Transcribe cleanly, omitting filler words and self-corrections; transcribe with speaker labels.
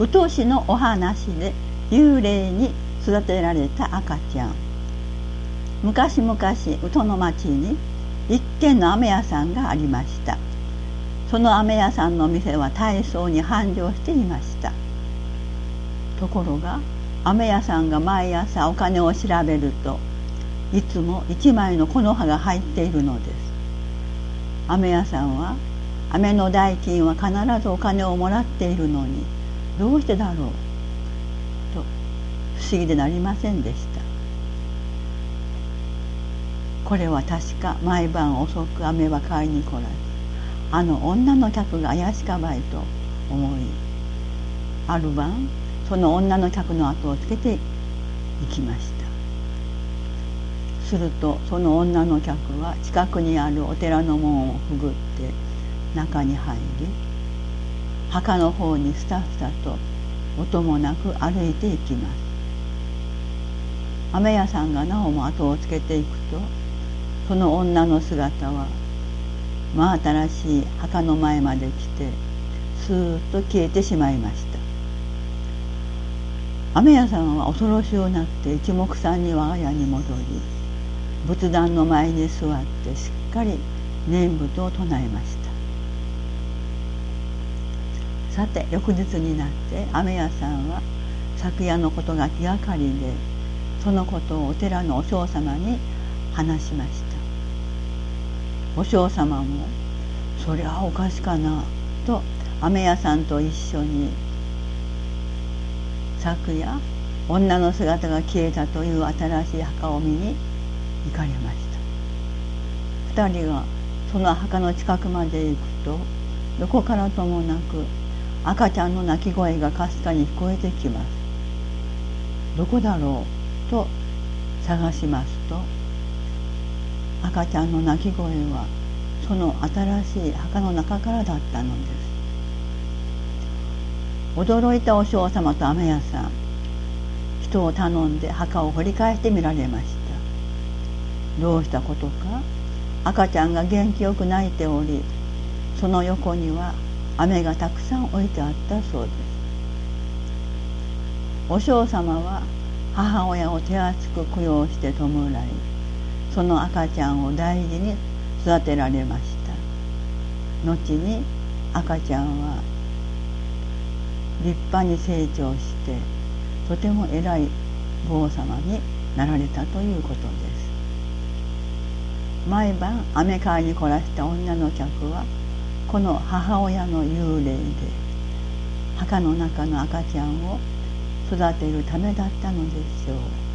Speaker 1: うとしのお話で幽霊に育てられた赤ちゃん。昔々宇土の町に一軒の飴屋さんがありました。その飴屋さんの店は大層に繁盛していました。ところが飴屋さんが毎朝お金を調べると、いつも1枚の木の葉が入っているのです。飴屋さんは飴の代金は必ずお金をもらっているのに、どうしてだろうと不思議でなりませんでした。これは確か毎晩遅く飴は買いに来らず、あの女の客が怪しかばいと思い、ある晩その女の客の後をつけて行きました。するとその女の客は近くにあるお寺の門をくぐって中に入り、墓の方にスタスタと音もなく歩いていきます。飴屋さんがなおも後をつけていくと、その女の姿は真新しい墓の前まで来てスーッと消えてしまいました。飴屋さんは恐ろしゅうなって一目散に我が家に戻り、仏壇の前に座ってしっかり念仏を唱えました。さて翌日になって飴屋さんは昨夜のことが気がかりで、そのことをお寺の和尚様に話しました。和尚様もそりゃおかしかなと飴屋さんと一緒に昨夜女の姿が消えたという新しい墓を見に行かれました。二人がその墓の近くまで行くと、どこからともなく赤ちゃんの泣き声がかすかに聞こえてきます。どこだろうと探しますと、赤ちゃんの泣き声はその新しい墓の中からだったのです。驚いた和尚様と飴屋さん、人を頼んで墓を掘り返してみられました。どうしたことか赤ちゃんが元気よく泣いており、その横には飴がたくさん置いてあったそうです。和尚様は母親を手厚く供養して弔い、その赤ちゃんを大事に育てられました。後に赤ちゃんは立派に成長して、とても偉い坊様になられたということです。毎晩飴買いに来らした女の客は、この母親の幽霊で、墓の中の赤ちゃんを育てるためだったのでしょう。